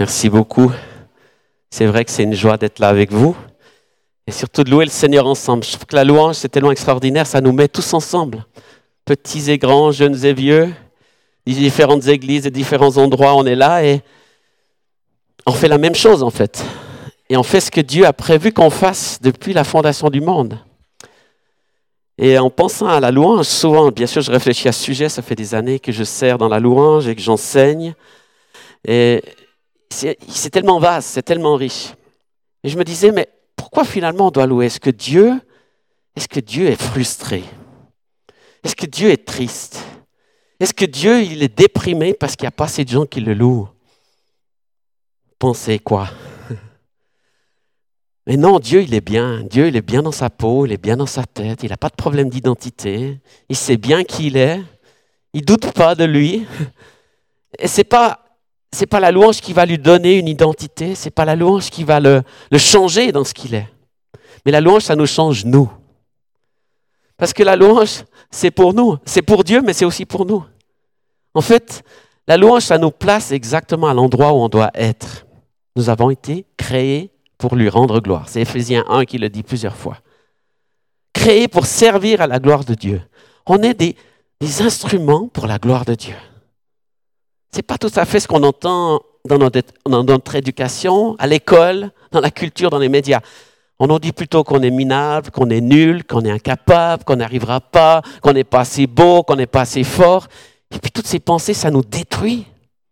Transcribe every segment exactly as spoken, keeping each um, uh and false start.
Merci beaucoup. C'est vrai que c'est une joie d'être là avec vous et surtout de louer le Seigneur ensemble. Je trouve que la louange, c'est tellement extraordinaire, ça nous met tous ensemble, petits et grands, jeunes et vieux, des différentes églises et différents endroits, on est là et on fait la même chose en fait. Et on fait ce que Dieu a prévu qu'on fasse depuis la fondation du monde. Et en pensant à la louange, souvent, bien sûr, je réfléchis à ce sujet, ça fait des années que je sers dans la louange et que j'enseigne. Et c'est, c'est tellement vaste, c'est tellement riche. Et je me disais, mais pourquoi finalement on doit louer ? Est-ce que Dieu, est-ce que Dieu est frustré ? Est-ce que Dieu est triste ? Est-ce que Dieu, il est déprimé parce qu'il n'y a pas assez de gens qui le louent ? Pensez quoi ? Mais non, Dieu, il est bien. Dieu, il est bien dans sa peau, il est bien dans sa tête. Il n'a pas de problème d'identité. Il sait bien qui il est. Il ne doute pas de lui. Et ce n'est pas, c'est pas la louange qui va lui donner une identité. Ce n'est pas la louange qui va le, le changer dans ce qu'il est. Mais la louange, ça nous change nous. Parce que la louange, c'est pour nous. C'est pour Dieu, mais c'est aussi pour nous. En fait, la louange, ça nous place exactement à l'endroit où on doit être. Nous avons été créés pour lui rendre gloire. C'est Éphésiens un qui le dit plusieurs fois. Créés pour servir à la gloire de Dieu. On est des, des instruments pour la gloire de Dieu. Ce n'est pas tout à fait ce qu'on entend dans notre, dans notre éducation, à l'école, dans la culture, dans les médias. On nous dit plutôt qu'on est minable, qu'on est nul, qu'on est incapable, qu'on n'arrivera pas, qu'on n'est pas assez beau, qu'on n'est pas assez fort. Et puis toutes ces pensées, ça nous détruit.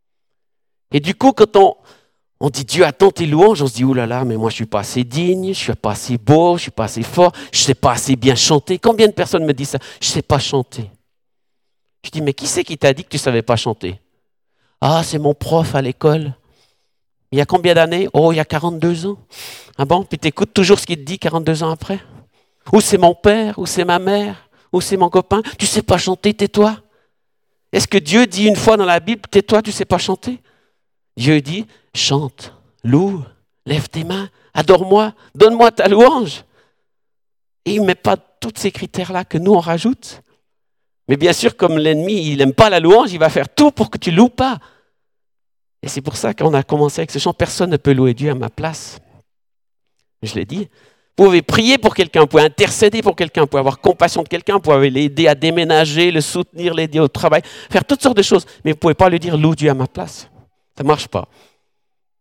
Et du coup, quand on... On dit Dieu attend tes louanges, on se dit oh là là, mais moi je suis pas assez digne, je suis pas assez beau, je suis pas assez fort, je sais pas assez bien chanter. Combien de personnes me disent ça ? Je sais pas chanter. Je dis mais qui c'est qui t'a dit que tu savais pas chanter ? Ah, c'est mon prof à l'école. Il y a combien d'années ? Oh, il y a quarante-deux ans. Ah bon ? Puis t'écoutes toujours ce qu'il te dit quarante-deux ans après ? Ou c'est mon père, ou c'est ma mère, ou c'est mon copain. Tu sais pas chanter, tais-toi. Est-ce que Dieu dit une fois dans la Bible, tais-toi, tu sais pas chanter ? Dieu dit, chante, loue, lève tes mains, adore-moi, donne-moi ta louange. Et il ne met pas tous ces critères-là que nous, on rajoute. Mais bien sûr, comme l'ennemi, il n'aime pas la louange, il va faire tout pour que tu ne loues pas. Et c'est pour ça qu'on a commencé avec ce chant, personne ne peut louer Dieu à ma place. Je l'ai dit. Vous pouvez prier pour quelqu'un, vous pouvez intercéder pour quelqu'un, vous pouvez avoir compassion de quelqu'un, vous pouvez l'aider à déménager, le soutenir, l'aider au travail, faire toutes sortes de choses. Mais vous ne pouvez pas lui dire, loue Dieu à ma place. Ça ne marche pas. Pourquoi ?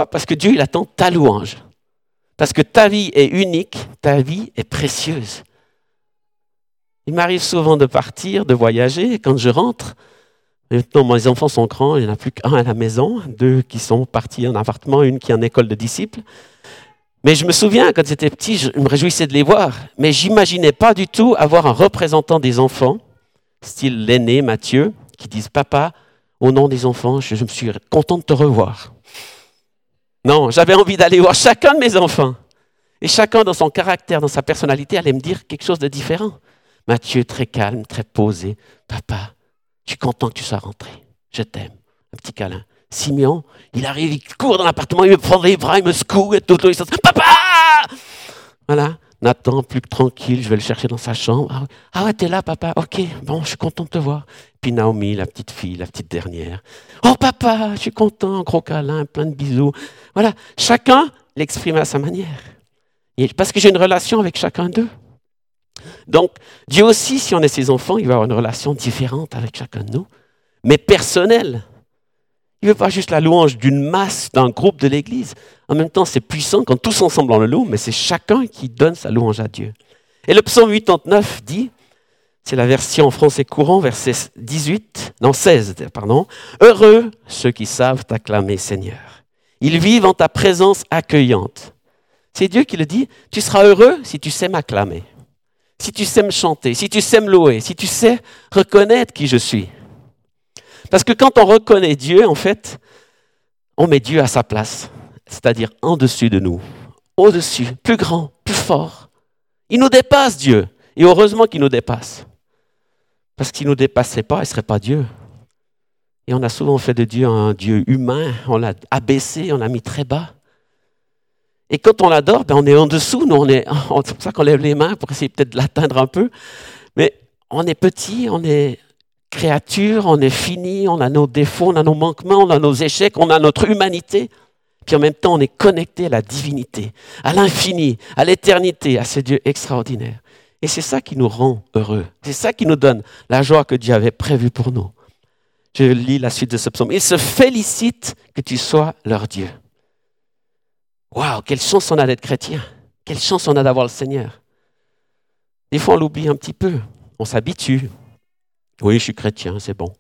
Parce que Dieu, il attend ta louange. Parce que ta vie est unique, ta vie est précieuse. Il m'arrive souvent de partir, de voyager, et quand je rentre, maintenant mes enfants sont grands, il n'y en a plus qu'un à la maison, deux qui sont partis en appartement, une qui est en école de disciples. Mais je me souviens, quand j'étais petit, je me réjouissais de les voir, mais je n'imaginais pas du tout avoir un représentant des enfants, style l'aîné Mathieu, qui disent « Papa, au nom des enfants, je, je me suis content de te revoir. » Non, j'avais envie d'aller voir chacun de mes enfants. Et chacun dans son caractère, dans sa personnalité, allait me dire quelque chose de différent. Mathieu, très calme, très posé. « Papa, je suis content que tu sois rentré. Je t'aime. » Un petit câlin. Simeon, il arrive, il court dans l'appartement, il me prend les bras, il me secoue et tout. Il se dit « Papa !» Voilà. Nathan, plus que tranquille, je vais le chercher dans sa chambre. Ah ouais, ah ouais, t'es là, papa. Ok, bon, je suis content de te voir. Puis Naomi, la petite fille, la petite dernière. Oh, papa, je suis content, gros câlin, plein de bisous. Voilà, chacun l'exprime à sa manière. Et parce que j'ai une relation avec chacun d'eux. Donc, Dieu aussi, si on est ses enfants, il va avoir une relation différente avec chacun de nous, mais personnelle. Il ne veut pas juste la louange d'une masse, d'un groupe de l'Église. En même temps, c'est puissant quand tous ensemble on le loue, mais c'est chacun qui donne sa louange à Dieu. Et le psaume quatre-vingt-neuf dit, c'est la version en français courant, verset dix-huit, non seize, pardon. « Heureux ceux qui savent t'acclamer, Seigneur. Ils vivent en ta présence accueillante. » C'est Dieu qui le dit, tu seras heureux si tu sais m'acclamer, si tu sais me chanter, si tu sais me louer, si tu sais reconnaître qui je suis. Parce que quand on reconnaît Dieu, en fait, on met Dieu à sa place, c'est-à-dire en dessus de nous, au-dessus, plus grand, plus fort. Il nous dépasse, Dieu, et heureusement qu'il nous dépasse. Parce qu'il ne nous dépassait pas, il ne serait pas Dieu. Et on a souvent fait de Dieu un Dieu humain, on l'a abaissé, on l'a mis très bas. Et quand on l'adore, ben on est en dessous, nous, on est, c'est pour ça qu'on lève les mains pour essayer peut-être de l'atteindre un peu. Mais on est petit, on est créature, on est fini, on a nos défauts, on a nos manquements, on a nos échecs, on a notre humanité. Puis en même temps, on est connecté à la divinité, à l'infini, à l'éternité, à ce Dieu extraordinaire. Et c'est ça qui nous rend heureux. C'est ça qui nous donne la joie que Dieu avait prévue pour nous. Je lis la suite de ce psaume. Ils se félicitent que tu sois leur Dieu. Waouh, quelle chance on a d'être chrétien. Quelle chance on a d'avoir le Seigneur. Des fois, on l'oublie un petit peu. On s'habitue. Oui, je suis chrétien, c'est bon.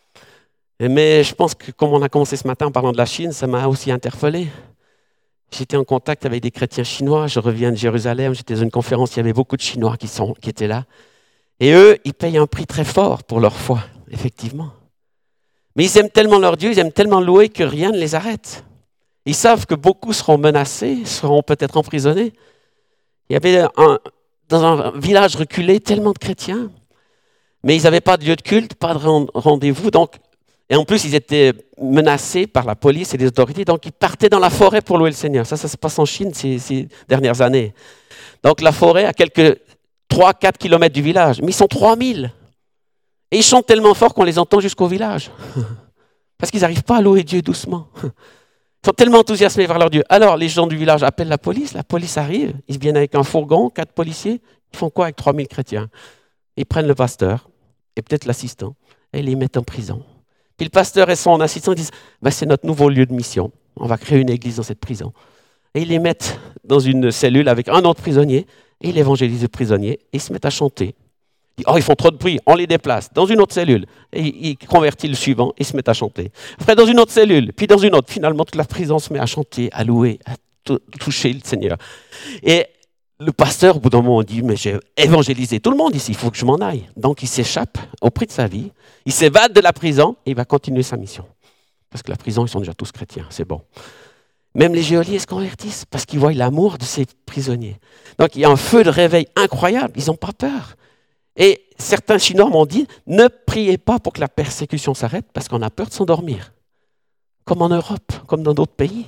Mais je pense que comme on a commencé ce matin en parlant de la Chine, ça m'a aussi interpellé. J'étais en contact avec des chrétiens chinois. Je reviens de Jérusalem. J'étais dans une conférence, il y avait beaucoup de Chinois qui, sont, qui étaient là. Et eux, ils payent un prix très fort pour leur foi, effectivement. Mais ils aiment tellement leur Dieu, ils aiment tellement louer que rien ne les arrête. Ils savent que beaucoup seront menacés, seront peut-être emprisonnés. Il y avait un, dans un village reculé tellement de chrétiens, mais ils n'avaient pas de lieu de culte, pas de rendez-vous. Donc, et en plus, ils étaient menacés par la police et les autorités, donc ils partaient dans la forêt pour louer le Seigneur. Ça, ça se passe en Chine ces, ces dernières années. Donc la forêt à quelques trois à quatre kilomètres du village, mais ils sont trois mille. Et ils chantent tellement fort qu'on les entend jusqu'au village. Parce qu'ils n'arrivent pas à louer Dieu doucement. Ils sont tellement enthousiasmés vers leur Dieu. Alors les gens du village appellent la police, la police arrive, ils viennent avec un fourgon, quatre policiers. Ils font quoi avec trois mille chrétiens? Ils prennent le pasteur et peut-être l'assistant et ils les mettent en prison. Puis le pasteur et son assistant disent ben, c'est notre nouveau lieu de mission. On va créer une église dans cette prison. Et ils les mettent dans une cellule avec un autre prisonnier et ils évangélisent le prisonnier et ils se mettent à chanter. Ils disent, oh, ils font trop de bruit, on les déplace dans une autre cellule. Et ils convertissent le suivant et ils se mettent à chanter. Après, dans une autre cellule, puis dans une autre. Finalement, toute la prison se met à chanter, à louer, à t- toucher le Seigneur. Et le pasteur, au bout d'un moment, dit, mais j'ai évangélisé tout le monde ici, il faut que je m'en aille. Donc, il s'échappe au prix de sa vie, il s'évade de la prison et il va continuer sa mission. Parce que la prison, ils sont déjà tous chrétiens, c'est bon. Même les geôliers se convertissent parce qu'ils voient l'amour de ces prisonniers. Donc, il y a un feu de réveil incroyable, ils n'ont pas peur. Et certains Chinois m'ont dit, ne priez pas pour que la persécution s'arrête parce qu'on a peur de s'endormir. Comme en Europe, comme dans d'autres pays.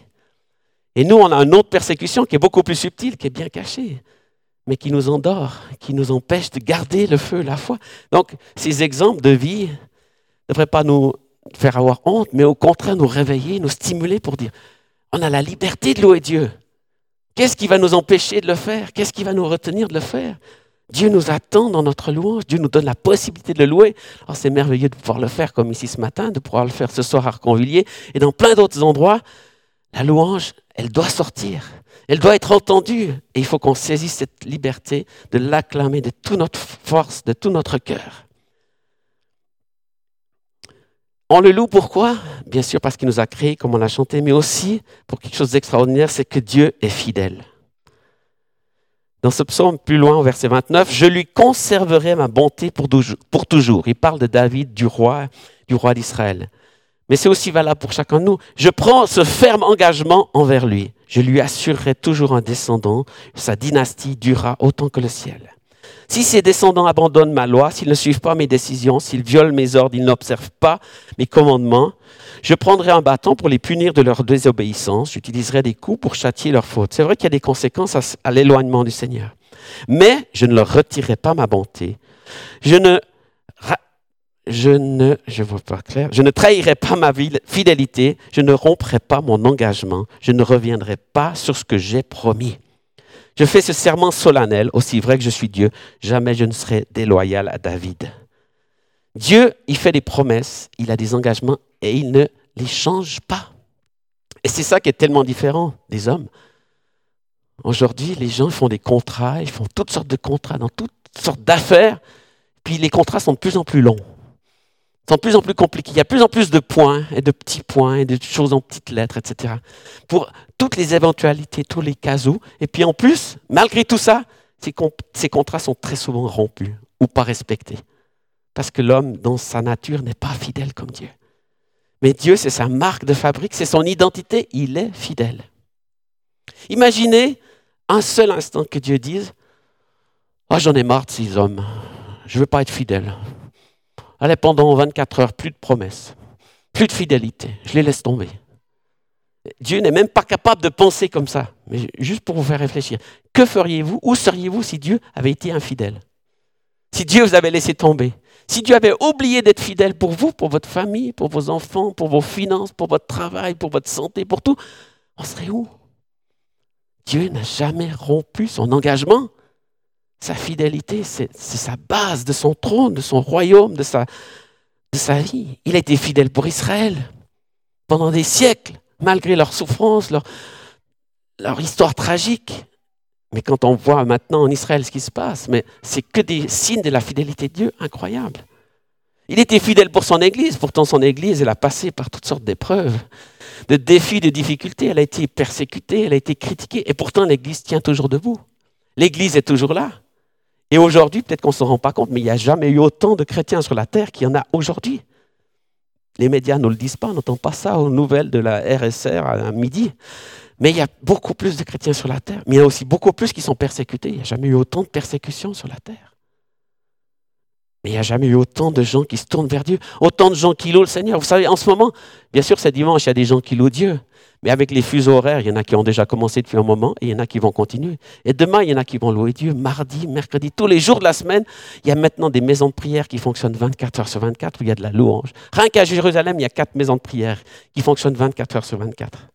Et nous, on a une autre persécution qui est beaucoup plus subtile, qui est bien cachée, mais qui nous endort, qui nous empêche de garder le feu, la foi. Donc, ces exemples de vie ne devraient pas nous faire avoir honte, mais au contraire nous réveiller, nous stimuler pour dire, on a la liberté de louer Dieu. Qu'est-ce qui va nous empêcher de le faire? Qu'est-ce qui va nous retenir de le faire? Dieu nous attend dans notre louange. Dieu nous donne la possibilité de le louer. Alors c'est merveilleux de pouvoir le faire comme ici ce matin, de pouvoir le faire ce soir à Reconvilliers et dans plein d'autres endroits. La louange, elle doit sortir. Elle doit être entendue. Et il faut qu'on saisisse cette liberté de l'acclamer de toute notre force, de tout notre cœur. On le loue pourquoi? Bien sûr parce qu'il nous a créés, comme on l'a chanté, mais aussi pour quelque chose d'extraordinaire, c'est que Dieu est fidèle. Dans ce psaume, plus loin, au verset vingt-neuf, « Je lui conserverai ma bonté pour, pour toujours. » Il parle de David, du roi, du roi d'Israël. Mais c'est aussi valable pour chacun de nous. Je prends ce ferme engagement envers lui. Je lui assurerai toujours un descendant. Sa dynastie durera autant que le ciel. Si ses descendants abandonnent ma loi, s'ils ne suivent pas mes décisions, s'ils violent mes ordres, ils n'observent pas mes commandements, je prendrai un bâton pour les punir de leur désobéissance. J'utiliserai des coups pour châtier leurs fautes. C'est vrai qu'il y a des conséquences à, à l'éloignement du Seigneur. Mais je ne leur retirerai pas ma bonté. Je ne, je ne, je vois pas clair. Je ne trahirai pas ma fidélité. Je ne romprai pas mon engagement. Je ne reviendrai pas sur ce que j'ai promis. Je fais ce serment solennel, aussi vrai que je suis Dieu, jamais je ne serai déloyal à David. Dieu, il fait des promesses, il a des engagements et il ne les change pas. Et c'est ça qui est tellement différent des hommes. Aujourd'hui, les gens font des contrats, ils font toutes sortes de contrats dans toutes sortes d'affaires, puis les contrats sont de plus en plus longs. Ils sont de plus en plus compliqués. Il y a de plus en plus de points et de petits points et de choses en petites lettres, et cetera. Pour toutes les éventualités, tous les cas où. Et puis en plus, malgré tout ça, ces, comp- ces contrats sont très souvent rompus ou pas respectés. Parce que l'homme, dans sa nature, n'est pas fidèle comme Dieu. Mais Dieu, c'est sa marque de fabrique, c'est son identité, il est fidèle. Imaginez un seul instant que Dieu dise « Ah, oh, j'en ai marre de ces hommes, je ne veux pas être fidèle. » Allez, pendant vingt-quatre heures, plus de promesses, plus de fidélité, je les laisse tomber. Dieu n'est même pas capable de penser comme ça, mais juste pour vous faire réfléchir. Que feriez-vous, où seriez-vous si Dieu avait été infidèle? Si Dieu vous avait laissé tomber, si Dieu avait oublié d'être fidèle pour vous, pour votre famille, pour vos enfants, pour vos finances, pour votre travail, pour votre santé, pour tout, on serait où? Dieu n'a jamais rompu son engagement. Sa fidélité, c'est, c'est sa base de son trône, de son royaume, de sa, de sa vie. Il a été fidèle pour Israël pendant des siècles, malgré leurs souffrances, leur, leur histoire tragique. Mais quand on voit maintenant en Israël ce qui se passe, mais c'est que des signes de la fidélité de Dieu incroyables. Il était fidèle pour son Église, pourtant son Église, elle a passé par toutes sortes d'épreuves, de défis, de difficultés. Elle a été persécutée, elle a été critiquée, et pourtant l'Église tient toujours debout. L'Église est toujours là. Et aujourd'hui, peut-être qu'on ne se rend pas compte, mais il n'y a jamais eu autant de chrétiens sur la terre qu'il y en a aujourd'hui. Les médias ne le disent pas, on n'entend pas ça aux nouvelles de la R S R à midi. Mais il y a beaucoup plus de chrétiens sur la terre, mais il y a aussi beaucoup plus qui sont persécutés. Il n'y a jamais eu autant de persécutions sur la terre. Mais il n'y a jamais eu autant de gens qui se tournent vers Dieu, autant de gens qui louent le Seigneur. Vous savez, en ce moment, bien sûr, c'est dimanche, il y a des gens qui louent Dieu. Mais avec les fuseaux horaires, il y en a qui ont déjà commencé depuis un moment et il y en a qui vont continuer. Et demain, il y en a qui vont louer Dieu. Mardi, mercredi, tous les jours de la semaine, il y a maintenant des maisons de prière qui fonctionnent vingt-quatre heures sur vingt-quatre où il y a de la louange. Rien qu'à Jérusalem, il y a quatre maisons de prière qui fonctionnent vingt-quatre heures sur vingt-quatre.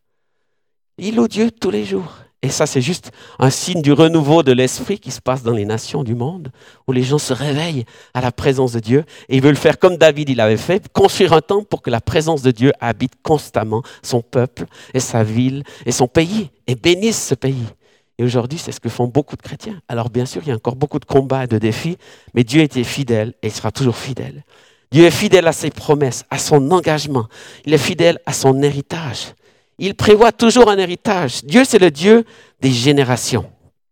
Il loue Dieu tous les jours. Et ça, c'est juste un signe du renouveau de l'esprit qui se passe dans les nations du monde, où les gens se réveillent à la présence de Dieu et ils veulent faire comme David il avait fait, construire un temple pour que la présence de Dieu habite constamment son peuple et sa ville et son pays et bénisse ce pays. Et aujourd'hui, c'est ce que font beaucoup de chrétiens. Alors bien sûr, il y a encore beaucoup de combats et de défis, mais Dieu était fidèle et il sera toujours fidèle. Dieu est fidèle à ses promesses, à son engagement. Il est fidèle à son héritage. Il prévoit toujours un héritage. Dieu, c'est le Dieu des générations.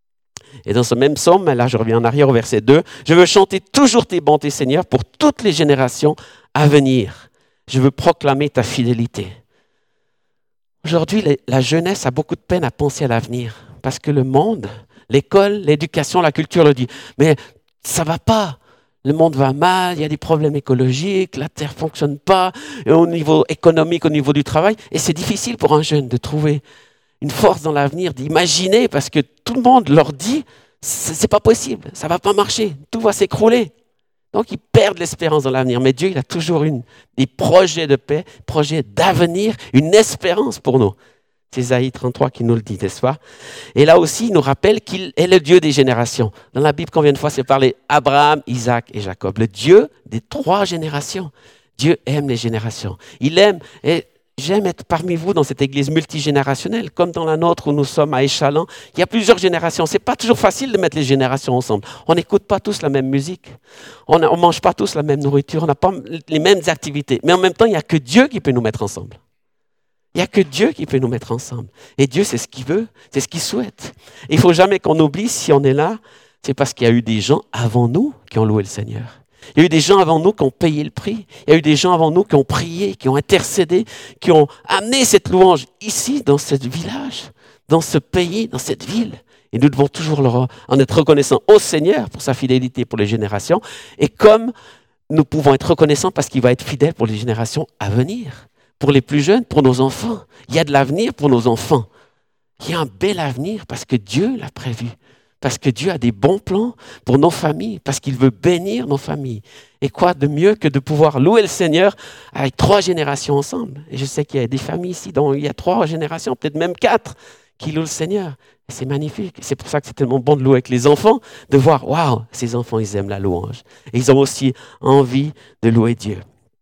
Et dans ce même psaume, là je reviens en arrière au verset deux, « Je veux chanter toujours tes bontés, Seigneur, pour toutes les générations à venir. Je veux proclamer ta fidélité. » Aujourd'hui, la jeunesse a beaucoup de peine à penser à l'avenir parce que le monde, l'école, l'éducation, la culture le dit. Mais ça ne va pas. Le monde va mal, il y a des problèmes écologiques, la terre ne fonctionne pas, au niveau économique, au niveau du travail. Et c'est difficile pour un jeune de trouver une force dans l'avenir, d'imaginer, parce que tout le monde leur dit, ce n'est pas possible, ça ne va pas marcher, tout va s'écrouler. Donc ils perdent l'espérance dans l'avenir. Mais Dieu, il a toujours une, des projets de paix, projets d'avenir, une espérance pour nous. C'est Ésaïe trente-trois qui nous le dit, n'est-ce pas? Et là aussi, il nous rappelle qu'il est le Dieu des générations. Dans la Bible, combien de fois c'est parlé Abraham, Isaac et Jacob, le Dieu des trois générations. Dieu aime les générations. Il aime, et j'aime être parmi vous dans cette église multigénérationnelle, comme dans la nôtre où nous sommes à Échalon. Il y a plusieurs générations. Ce n'est pas toujours facile de mettre les générations ensemble. On n'écoute pas tous la même musique. On ne mange pas tous la même nourriture. On n'a pas les mêmes activités. Mais en même temps, il n'y a que Dieu qui peut nous mettre ensemble. Il n'y a que Dieu qui peut nous mettre ensemble. Et Dieu, c'est ce qu'il veut, c'est ce qu'il souhaite. Et il ne faut jamais qu'on oublie, si on est là, c'est parce qu'il y a eu des gens avant nous qui ont loué le Seigneur. Il y a eu des gens avant nous qui ont payé le prix. Il y a eu des gens avant nous qui ont prié, qui ont intercédé, qui ont amené cette louange ici, dans ce village, dans ce pays, dans cette ville. Et nous devons toujours leur en être reconnaissants au Seigneur pour sa fidélité pour les générations. Et comme nous pouvons être reconnaissants parce qu'il va être fidèle pour les générations à venir. Pour les plus jeunes, pour nos enfants. Il y a de l'avenir pour nos enfants. Il y a un bel avenir parce que Dieu l'a prévu. Parce que Dieu a des bons plans pour nos familles. Parce qu'il veut bénir nos familles. Et quoi de mieux que de pouvoir louer le Seigneur avec trois générations ensemble. Et je sais qu'il y a des familles ici dont il y a trois générations, peut-être même quatre, qui louent le Seigneur. Et c'est magnifique. C'est pour ça que c'est tellement bon de louer avec les enfants, de voir, waouh, ces enfants, ils aiment la louange. Et ils ont aussi envie de louer Dieu.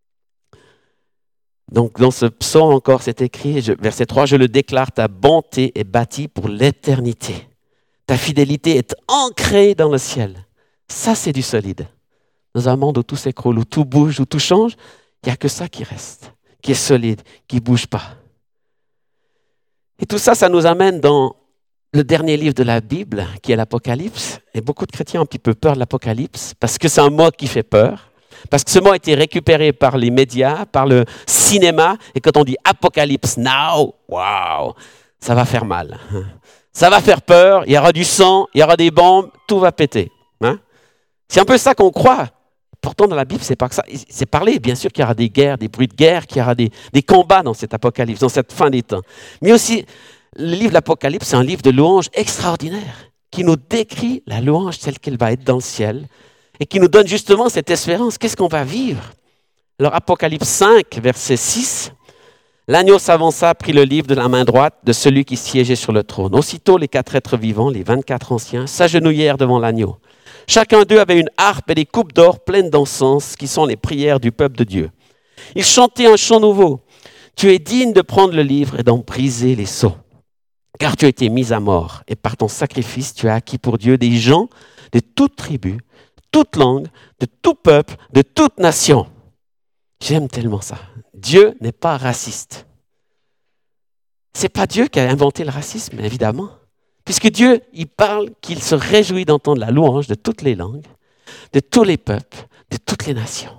Donc, dans ce psaume encore, c'est écrit, je, verset trois, « Je le déclare, ta bonté est bâtie pour l'éternité. Ta fidélité est ancrée dans le ciel. » Ça, c'est du solide. Dans un monde où tout s'écroule, où tout bouge, où tout change, il n'y a que ça qui reste, qui est solide, qui ne bouge pas. Et tout ça, ça nous amène dans le dernier livre de la Bible, qui est l'Apocalypse. Et beaucoup de chrétiens ont un petit peu peur de l'Apocalypse, parce que c'est un mot qui fait peur. Parce que ce mot a été récupéré par les médias, par le cinéma. Et quand on dit « Apocalypse now », waouh, ça va faire mal. Ça va faire peur, il y aura du sang, il y aura des bombes, tout va péter. Hein? C'est un peu ça qu'on croit. Pourtant, dans la Bible, c'est pas que ça. C'est parlé, bien sûr, qu'il y aura des guerres, des bruits de guerre, qu'il y aura des, des combats dans cet Apocalypse, dans cette fin des temps. Mais aussi, le livre de l'Apocalypse, c'est un livre de louange extraordinaire qui nous décrit la louange telle qu'elle va être dans le ciel. et qui nous donne justement cette espérance. Qu'est-ce qu'on va vivre? Alors, Apocalypse cinq, verset six, « L'agneau s'avança, prit le livre de la main droite de celui qui siégeait sur le trône. Aussitôt, les quatre êtres vivants, les vingt-quatre anciens, s'agenouillèrent devant l'agneau. Chacun d'eux avait une harpe et des coupes d'or pleines d'encens, qui sont les prières du peuple de Dieu. Ils chantaient un chant nouveau. Tu es digne de prendre le livre et d'en briser les sceaux. Car tu as été mis à mort, et par ton sacrifice, tu as acquis pour Dieu des gens de toute tribu, toute langue, de tout peuple, de toute nation. » J'aime tellement ça. Dieu n'est pas raciste. Ce n'est pas Dieu qui a inventé le racisme, évidemment. Puisque Dieu, il parle qu'il se réjouit d'entendre la louange de toutes les langues, de tous les peuples, de toutes les nations.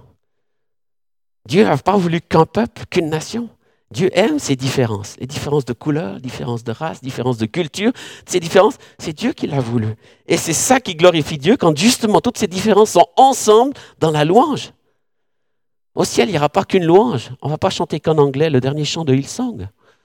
Dieu n'a pas voulu qu'un peuple, qu'une nation. Dieu aime ces différences, les différences de couleur, différences de race, différences de culture. Ces différences, c'est Dieu qui l'a voulu. Et c'est ça qui glorifie Dieu quand justement toutes ces différences sont ensemble dans la louange. Au ciel, il n'y aura pas qu'une louange. On ne va pas chanter qu'en anglais le dernier chant de Hillsong.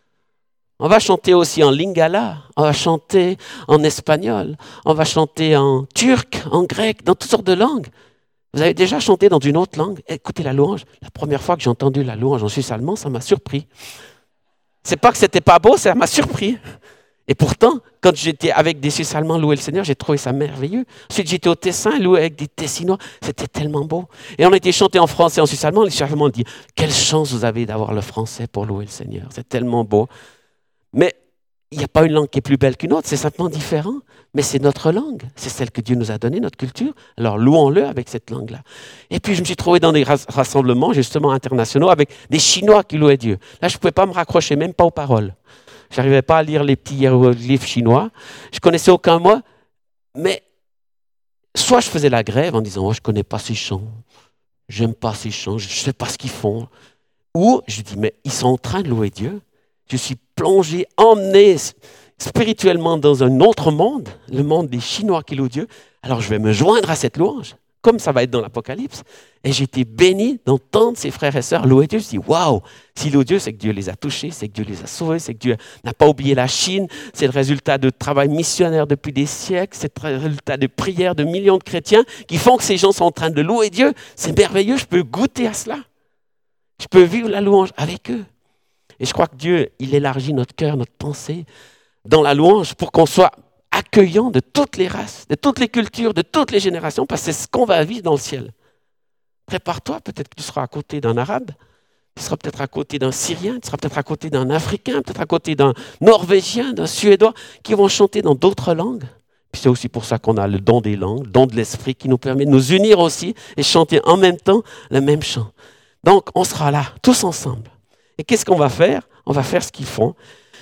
On va chanter aussi en lingala, on va chanter en espagnol, on va chanter en turc, en grec, dans toutes sortes de langues. Vous avez déjà chanté dans une autre langue? Écoutez la louange. La première fois que j'ai entendu la louange en suisse allemand, ça m'a surpris. C'est pas que c'était pas beau, ça m'a surpris. Et pourtant, quand j'étais avec des Suisses allemands louer le Seigneur, j'ai trouvé ça merveilleux. Ensuite, j'étais au Tessin, loué avec des Tessinois. C'était tellement beau. Et on a été chanté en français, en Suisse allemand. Les Suisses allemands ont dit, quelle chance vous avez d'avoir le français pour louer le Seigneur. C'est tellement beau. Mais il n'y a pas une langue qui est plus belle qu'une autre. C'est simplement différent. Mais c'est notre langue. C'est celle que Dieu nous a donnée, notre culture. Alors, louons-le avec cette langue-là. Et puis, je me suis trouvé dans des rassemblements, justement, internationaux, avec des Chinois qui louaient Dieu. Là, je ne pouvais pas me raccrocher, même pas aux paroles. Je n'arrivais pas à lire les petits hiéroglyphes chinois. Je ne connaissais aucun mot. Mais soit je faisais la grève en disant oh, « je ne connais pas ces chants, je n'aime pas ces chants, je ne sais pas ce qu'ils font. » Ou je dis « mais ils sont en train de louer Dieu. Je suis plongé, emmené spirituellement dans un autre monde, le monde des Chinois qui louent Dieu. Alors je vais me joindre à cette louange, comme ça va être dans l'Apocalypse. » Et j'ai été béni d'entendre ses frères et sœurs louer Dieu. Je dis, waouh, s'ils louent Dieu, c'est que Dieu les a touchés, c'est que Dieu les a sauvés, c'est que Dieu n'a pas oublié la Chine. C'est le résultat de travail missionnaire depuis des siècles. C'est le résultat de prières de millions de chrétiens qui font que ces gens sont en train de louer Dieu. C'est merveilleux, je peux goûter à cela. Je peux vivre la louange avec eux. Et je crois que Dieu, il élargit notre cœur, notre pensée dans la louange pour qu'on soit accueillant de toutes les races, de toutes les cultures, de toutes les générations, parce que c'est ce qu'on va vivre dans le ciel. Prépare-toi, peut-être que tu seras à côté d'un Arabe, tu seras peut-être à côté d'un Syrien, tu seras peut-être à côté d'un Africain, peut-être à côté d'un Norvégien, d'un Suédois, qui vont chanter dans d'autres langues. Puis c'est aussi pour ça qu'on a le don des langues, le don de l'esprit, qui nous permet de nous unir aussi et chanter en même temps le même chant. Donc, on sera là, tous ensemble. Et qu'est-ce qu'on va faire? On va faire ce qu'ils font.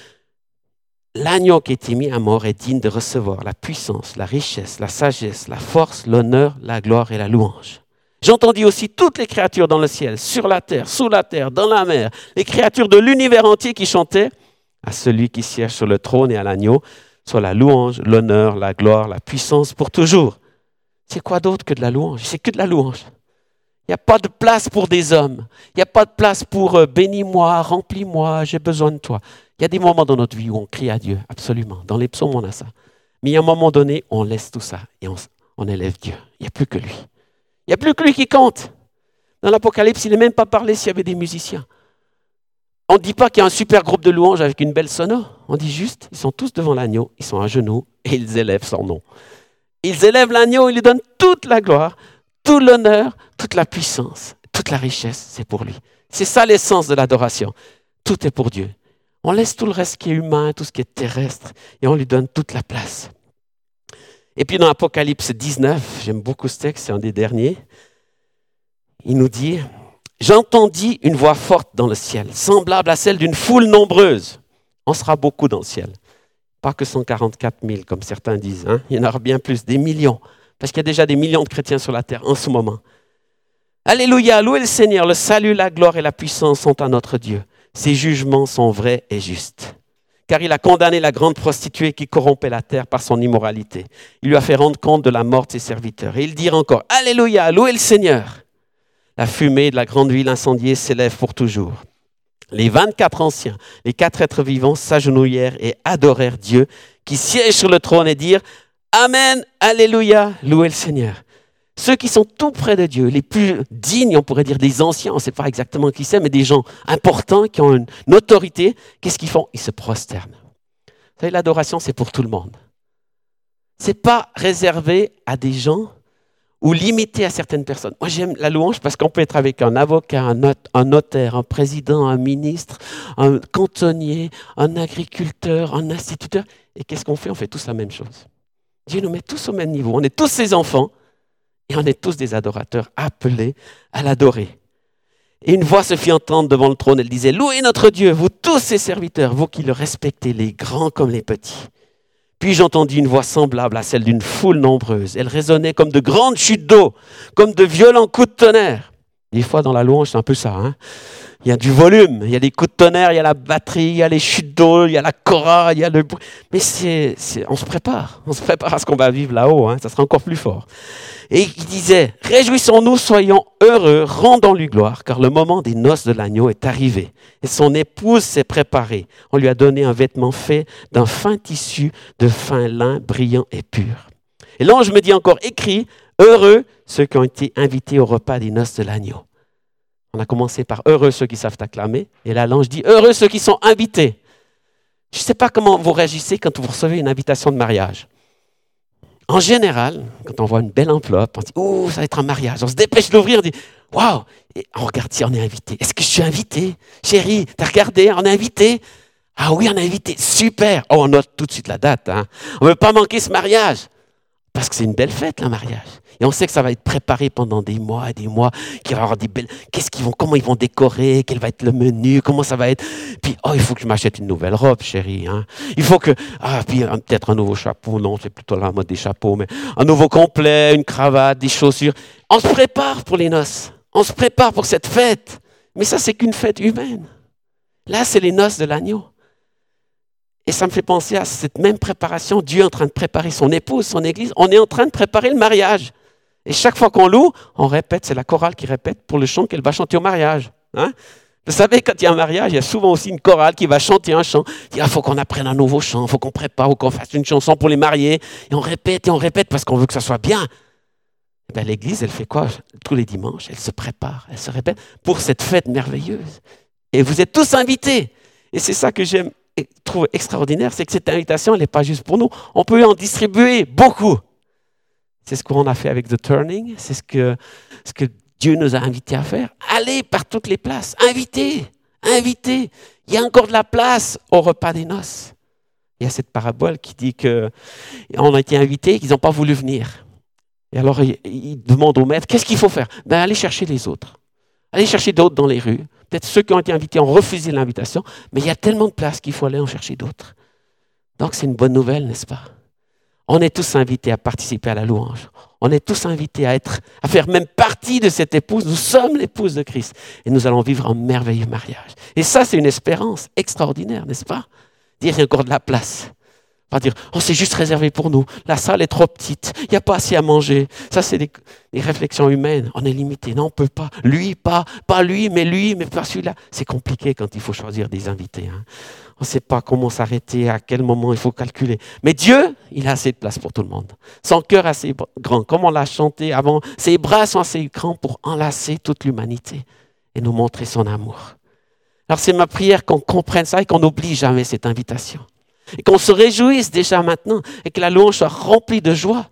L'agneau qui a été mis à mort est digne de recevoir la puissance, la richesse, la sagesse, la force, l'honneur, la gloire et la louange. J'entendis aussi toutes les créatures dans le ciel, sur la terre, sous la terre, dans la mer, les créatures de l'univers entier qui chantaient à celui qui siège sur le trône et à l'agneau, soit la louange, l'honneur, la gloire, la puissance pour toujours. C'est quoi d'autre que de la louange? C'est que de la louange. Il n'y a pas de place pour des hommes. Il n'y a pas de place pour euh, bénis-moi, remplis-moi, j'ai besoin de toi. Il y a des moments dans notre vie où on crie à Dieu, absolument. Dans les psaumes, on a ça. Mais il y a un moment donné, on laisse tout ça et on, on élève Dieu. Il n'y a plus que lui. Il n'y a plus que lui qui compte. Dans l'Apocalypse, il n'est même pas parlé s'il y avait des musiciens. On ne dit pas qu'il y a un super groupe de louanges avec une belle sono. On dit juste, ils sont tous devant l'agneau, ils sont à genoux et ils élèvent son nom. Ils élèvent l'agneau, ils lui donnent toute la gloire, tout l'honneur, toute la puissance, toute la richesse, c'est pour lui. C'est ça l'essence de l'adoration. Tout est pour Dieu. On laisse tout le reste qui est humain, tout ce qui est terrestre, et on lui donne toute la place. Et puis dans Apocalypse dix-neuf, j'aime beaucoup ce texte, c'est un des derniers, il nous dit « J'entendis une voix forte dans le ciel, semblable à celle d'une foule nombreuse. » On sera beaucoup dans le ciel. Pas que cent quarante-quatre mille, comme certains disent. Hein. Il y en aura bien plus, des millions. Parce qu'il y a déjà des millions de chrétiens sur la terre en ce moment. Alléluia, louez le Seigneur, le salut, la gloire et la puissance sont à notre Dieu. Ses jugements sont vrais et justes. Car il a condamné la grande prostituée qui corrompait la terre par son immoralité. Il lui a fait rendre compte de la mort de ses serviteurs. Et il dira encore, Alléluia, louez le Seigneur. La fumée de la grande ville incendiée s'élève pour toujours. Les vingt-quatre anciens, les quatre êtres vivants s'agenouillèrent et adorèrent Dieu qui siège sur le trône et dirent, Amen, Alléluia, louez le Seigneur. Ceux qui sont tout près de Dieu, les plus dignes, on pourrait dire des anciens, on ne sait pas exactement qui c'est, mais des gens importants qui ont une, une autorité, qu'est-ce qu'ils font? Ils se prosternent. Vous savez, l'adoration, c'est pour tout le monde. Ce n'est pas réservé à des gens ou limité à certaines personnes. Moi, j'aime la louange parce qu'on peut être avec un avocat, un, not- un notaire, un président, un ministre, un cantonnier, un agriculteur, un instituteur. Et qu'est-ce qu'on fait? On fait tous la même chose. Dieu nous met tous au même niveau. On est tous ses enfants et on est tous des adorateurs appelés à l'adorer. Et une voix se fit entendre devant le trône. Elle disait, « Louez notre Dieu, vous tous ses serviteurs, vous qui le respectez, les grands comme les petits. » Puis j'entendis une voix semblable à celle d'une foule nombreuse. Elle résonnait comme de grandes chutes d'eau, comme de violents coups de tonnerre. Des fois, dans la louange, c'est un peu ça. Hein? Il y a du volume, il y a des coups de tonnerre, il y a la batterie, il y a les chutes d'eau, il y a la chorale, il y a le bruit. Mais c'est, c'est, on se prépare. On se prépare à ce qu'on va vivre là-haut. Hein? Ça sera encore plus fort. Et il disait, « Réjouissons-nous, soyons heureux, rendons-lui gloire, car le moment des noces de l'agneau est arrivé. Et son épouse s'est préparée. On lui a donné un vêtement fait d'un fin tissu, de fin lin, brillant et pur. » Et l'ange me dit encore, « Écris, heureux ceux qui ont été invités au repas des noces de l'agneau. » On a commencé par « Heureux ceux qui savent acclamer ». Et là, l'ange dit « Heureux ceux qui sont invités ». Je ne sais pas comment vous réagissez quand vous recevez une invitation de mariage. En général, quand on voit une belle enveloppe, on dit « Oh, ça va être un mariage ». On se dépêche de l'ouvrir, on dit « Waouh !» Et on regarde si on est invité. Est-ce que je suis invité? Chérie, t'as regardé, on est invité? Ah oui, on est invité. Super. Oh, on note tout de suite la date. Hein. On ne veut pas manquer ce mariage. Parce que c'est une belle fête, le mariage. Et on sait que ça va être préparé pendant des mois et des mois, qu'il va y avoir des belles... Qu'est-ce qu'ils vont, comment ils vont décorer, quel va être le menu, comment ça va être. Puis, oh, il faut que je m'achète une nouvelle robe, chérie. Hein. Il faut que... Ah, puis peut-être un nouveau chapeau. Non, c'est plutôt la mode des chapeaux, mais un nouveau complet, une cravate, des chaussures. On se prépare pour les noces. On se prépare pour cette fête. Mais ça, c'est qu'une fête humaine. Là, c'est les noces de l'agneau. Et ça me fait penser à cette même préparation. Dieu est en train de préparer son épouse, son église. On est en train de préparer le mariage. Et chaque fois qu'on loue, on répète, c'est la chorale qui répète pour le chant qu'elle va chanter au mariage. Hein? Vous savez, quand il y a un mariage, il y a souvent aussi une chorale qui va chanter un chant. Il dit, ah, faut qu'on apprenne un nouveau chant, il faut qu'on prépare ou qu'on fasse une chanson pour les mariés. Et on répète et on répète parce qu'on veut que ça soit bien. Et bien, l'église, elle fait quoi? Tous les dimanches, elle se prépare, elle se répète pour cette fête merveilleuse. Et vous êtes tous invités. Et c'est ça que j'aime. Et trouve extraordinaire, c'est que cette invitation, elle n'est pas juste pour nous. On peut en distribuer beaucoup. C'est ce qu'on a fait avec The Turning. C'est ce que, ce que Dieu nous a invités à faire. Allez par toutes les places. Invitez. Invitez. Il y a encore de la place au repas des noces. Il y a cette parabole qui dit qu'on a été invités, qu'ils n'ont pas voulu venir. Et alors, il, il demande au maître, qu'est-ce qu'il faut faire? Ben, allez chercher les autres. Allez chercher d'autres dans les rues. Peut-être ceux qui ont été invités ont refusé l'invitation, mais il y a tellement de places qu'il faut aller en chercher d'autres. Donc c'est une bonne nouvelle, n'est-ce pas? On est tous invités à participer à la louange. On est tous invités à, être, à faire même partie de cette épouse. Nous sommes l'épouse de Christ et nous allons vivre un merveilleux mariage. Et ça, c'est une espérance extraordinaire, n'est-ce pas? Dire qu'il y a encore de la place. Pas dire, oh, c'est juste réservé pour nous. La salle est trop petite. Il n'y a pas assez à manger. Ça, c'est des, des réflexions humaines. On est limité. Non, on ne peut pas. Lui, pas. Pas lui, mais lui, mais pas celui-là. C'est compliqué quand il faut choisir des invités. Hein. On ne sait pas comment s'arrêter, à quel moment il faut calculer. Mais Dieu, il a assez de place pour tout le monde. Son cœur est assez grand. Comme on l'a chanté avant, ses bras sont assez grands pour enlacer toute l'humanité et nous montrer son amour. Alors, c'est ma prière qu'on comprenne ça et qu'on n'oublie jamais cette invitation. Et qu'on se réjouisse déjà maintenant et que la louange soit remplie de joie.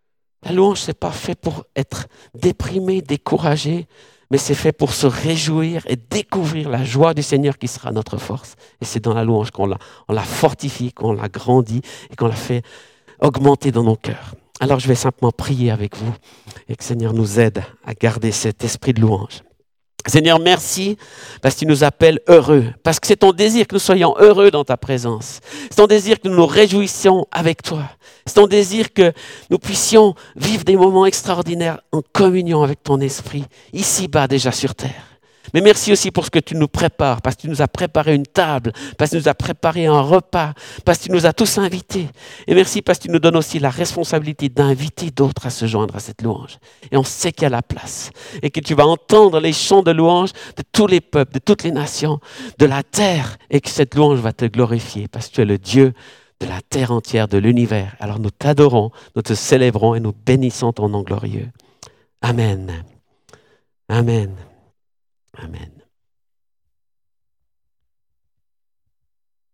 La louange, ce n'est pas fait pour être déprimé, découragé, mais c'est fait pour se réjouir et découvrir la joie du Seigneur qui sera notre force. Et c'est dans la louange qu'on la, on la fortifie, qu'on la grandit et qu'on la fait augmenter dans nos cœurs. Alors je vais simplement prier avec vous et que le Seigneur nous aide à garder cet esprit de louange. Seigneur, merci parce que tu nous appelles heureux, parce que c'est ton désir que nous soyons heureux dans ta présence. C'est ton désir que nous nous réjouissions avec toi. C'est ton désir que nous puissions vivre des moments extraordinaires en communion avec ton esprit, ici-bas déjà sur terre. Mais merci aussi pour ce que tu nous prépares, parce que tu nous as préparé une table, parce que tu nous as préparé un repas, parce que tu nous as tous invités. Et merci parce que tu nous donnes aussi la responsabilité d'inviter d'autres à se joindre à cette louange. Et on sait qu'il y a la place et que tu vas entendre les chants de louange de tous les peuples, de toutes les nations, de la terre, et que cette louange va te glorifier parce que tu es le Dieu de la terre entière, de l'univers. Alors nous t'adorons, nous te célébrons et nous bénissons ton nom glorieux. Amen. Amen. Amen.